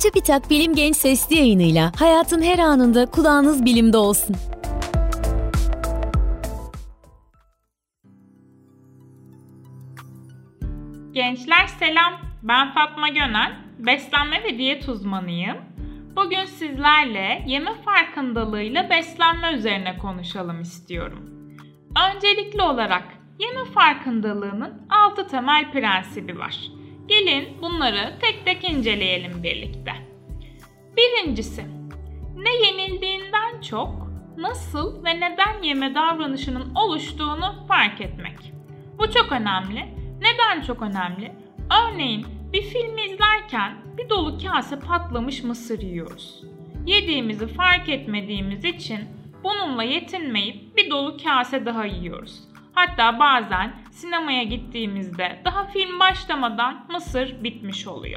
Çubitak Bilim Genç Sesli yayınıyla hayatın her anında kulağınız bilimde olsun. Gençler selam, ben Fatma Gönel, beslenme ve diyet uzmanıyım. Bugün sizlerle yeme farkındalığıyla beslenme üzerine konuşalım istiyorum. Öncelikli olarak yeme farkındalığının 6 temel prensibi var. Gelin bunları tek tek inceleyelim birlikte. Birincisi, ne yenildiğinden çok nasıl ve neden yeme davranışının oluştuğunu fark etmek. Bu çok önemli. Neden çok önemli? Örneğin bir film izlerken bir dolu kase patlamış mısır yiyoruz. Yediğimizi fark etmediğimiz için bununla yetinmeyip bir dolu kase daha yiyoruz. Hatta bazen sinemaya gittiğimizde daha film başlamadan mısır bitmiş oluyor.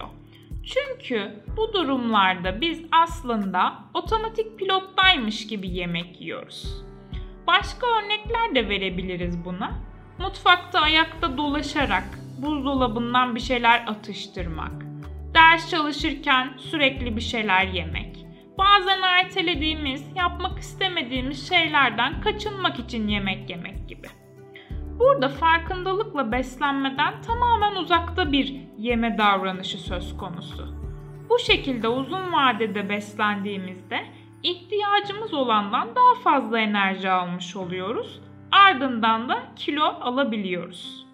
Çünkü bu durumlarda biz aslında otomatik pilottaymış gibi yemek yiyoruz. Başka örnekler de verebiliriz buna. Mutfakta ayakta dolaşarak buzdolabından bir şeyler atıştırmak, ders çalışırken sürekli bir şeyler yemek, bazen ertelediğimiz, yapmak istemediğimiz şeylerden kaçınmak için yemek yemek gibi. Burada farkındalıkla beslenmeden tamamen uzakta bir yeme davranışı söz konusu. Bu şekilde uzun vadede beslendiğimizde ihtiyacımız olandan daha fazla enerji almış oluyoruz. Ardından da kilo alabiliyoruz.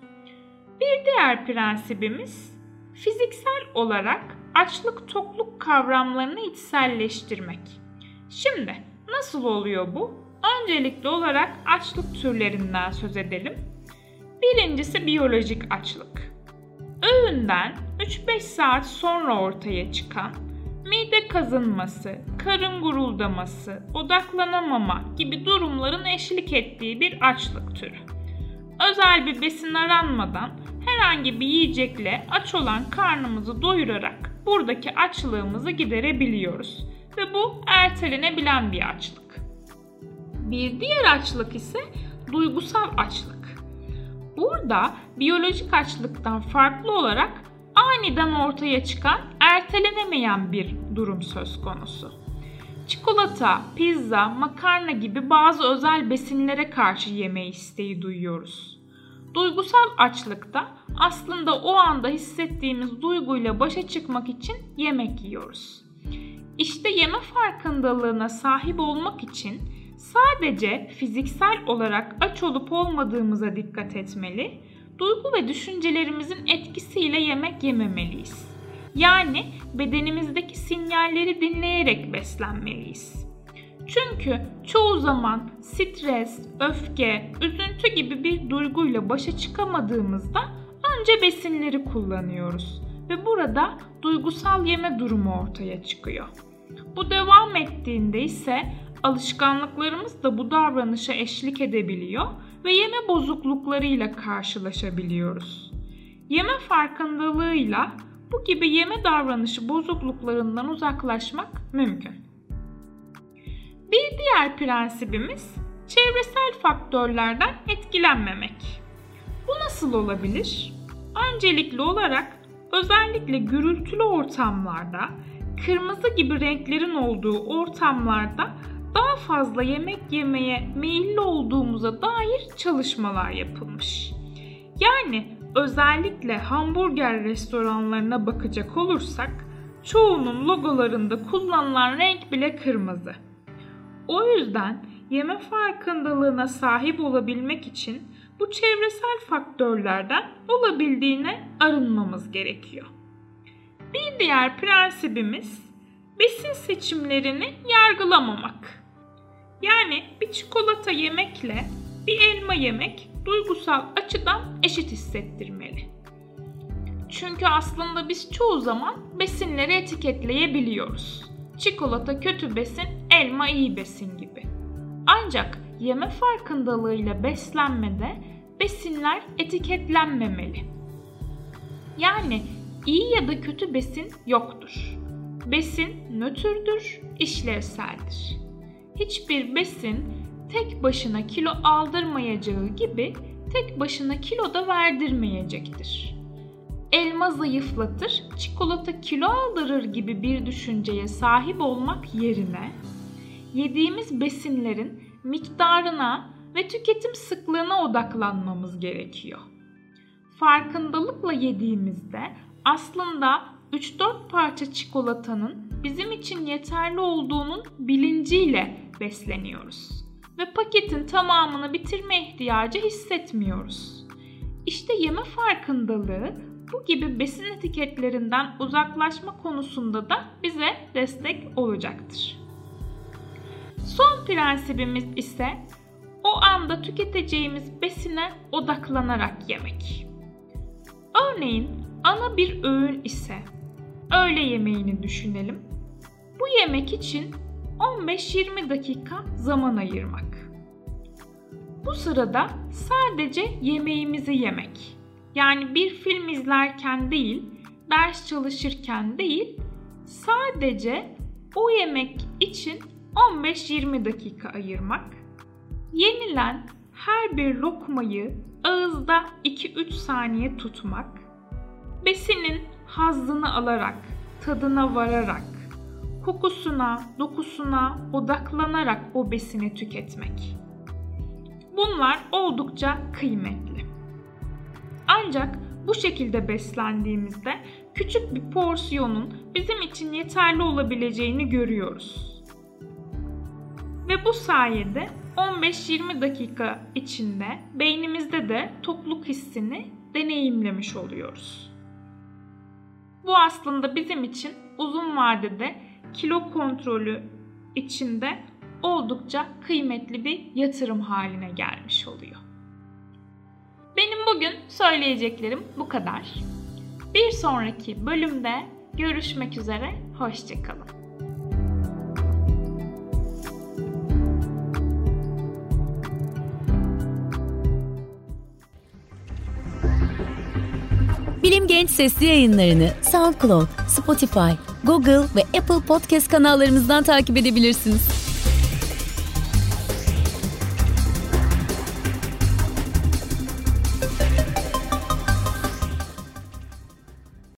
Bir diğer prensibimiz fiziksel olarak açlık tokluk kavramlarını içselleştirmek. Şimdi nasıl oluyor bu? Öncelikli olarak açlık türlerinden söz edelim. Birincisi biyolojik açlık. Öğünden 3-5 saat sonra ortaya çıkan mide kazınması, karın guruldaması, odaklanamama gibi durumların eşlik ettiği bir açlık türü. Özel bir besin aranmadan herhangi bir yiyecekle aç olan karnımızı doyurarak buradaki açlığımızı giderebiliyoruz ve bu ertelenebilen bir açlık. Bir diğer açlık ise duygusal açlık. Burada biyolojik açlıktan farklı olarak aniden ortaya çıkan, ertelenemeyen bir durum söz konusu. Çikolata, pizza, makarna gibi bazı özel besinlere karşı yeme isteği duyuyoruz. Duygusal açlıkta aslında o anda hissettiğimiz duyguyla başa çıkmak için yemek yiyoruz. İşte yeme farkındalığına sahip olmak için sadece fiziksel olarak aç olup olmadığımıza dikkat etmeli, duygu ve düşüncelerimizin etkisiyle yemek yememeliyiz. Yani bedenimizdeki sinyalleri dinleyerek beslenmeliyiz. Çünkü çoğu zaman stres, öfke, üzüntü gibi bir duyguyla başa çıkamadığımızda önce besinleri kullanıyoruz ve burada duygusal yeme durumu ortaya çıkıyor. Bu devam ettiğinde ise alışkanlıklarımız da bu davranışa eşlik edebiliyor ve yeme bozukluklarıyla karşılaşabiliyoruz. Yeme farkındalığıyla bu gibi yeme davranışı bozukluklarından uzaklaşmak mümkün. Bir diğer prensibimiz çevresel faktörlerden etkilenmemek. Bu nasıl olabilir? Öncelikli olarak özellikle gürültülü ortamlarda, kırmızı gibi renklerin olduğu ortamlarda daha fazla yemek yemeye meyilli olduğumuza dair çalışmalar yapılmış. Yani özellikle hamburger restoranlarına bakacak olursak çoğunun logolarında kullanılan renk bile kırmızı. O yüzden yeme farkındalığına sahip olabilmek için bu çevresel faktörlerden olabildiğine arınmamız gerekiyor. Bir diğer prensibimiz besin seçimlerini yargılamamak. Yani bir çikolata yemekle bir elma yemek duygusal açıdan eşit hissettirmeli. Çünkü aslında biz çoğu zaman besinleri etiketleyebiliyoruz. Çikolata kötü besin, elma iyi besin gibi. Ancak yeme farkındalığıyla beslenmede besinler etiketlenmemeli. Yani iyi ya da kötü besin yoktur. Besin nötrdür, işlevseldir. Hiçbir besin tek başına kilo aldırmayacağı gibi tek başına kilo da verdirmeyecektir. Elma zayıflatır, çikolata kilo aldırır gibi bir düşünceye sahip olmak yerine yediğimiz besinlerin miktarına ve tüketim sıklığına odaklanmamız gerekiyor. Farkındalıkla yediğimizde aslında 3-4 parça çikolatanın bizim için yeterli olduğunun bilinciyle besleniyoruz ve paketin tamamını bitirme ihtiyacı hissetmiyoruz. İşte yeme farkındalığı bu gibi besin etiketlerinden uzaklaşma konusunda da bize destek olacaktır. Son prensibimiz ise o anda tüketeceğimiz besine odaklanarak yemek. Örneğin ana bir öğün ise öğle yemeğini düşünelim. Bu yemek için 15-20 dakika zaman ayırmak. Bu sırada sadece yemeğimizi yemek. Yani bir film izlerken değil, ders çalışırken değil, sadece o yemek için 15-20 dakika ayırmak. Yenilen her bir lokmayı ağızda 2-3 saniye tutmak. Besinin hazzını alarak, tadına vararak, kokusuna, dokusuna odaklanarak o besini tüketmek. Bunlar oldukça kıymetli. Ancak bu şekilde beslendiğimizde küçük bir porsiyonun bizim için yeterli olabileceğini görüyoruz. Ve bu sayede 15-20 dakika içinde beynimizde de tokluk hissini deneyimlemiş oluyoruz. Bu aslında bizim için uzun vadede kilo kontrolü içinde oldukça kıymetli bir yatırım haline gelmiş oluyor. Benim bugün söyleyeceklerim bu kadar. Bir sonraki bölümde görüşmek üzere, hoşça kalın. Bilim Genç sesli yayınlarını SoundCloud, Spotify, Google ve Apple Podcast kanallarımızdan takip edebilirsiniz.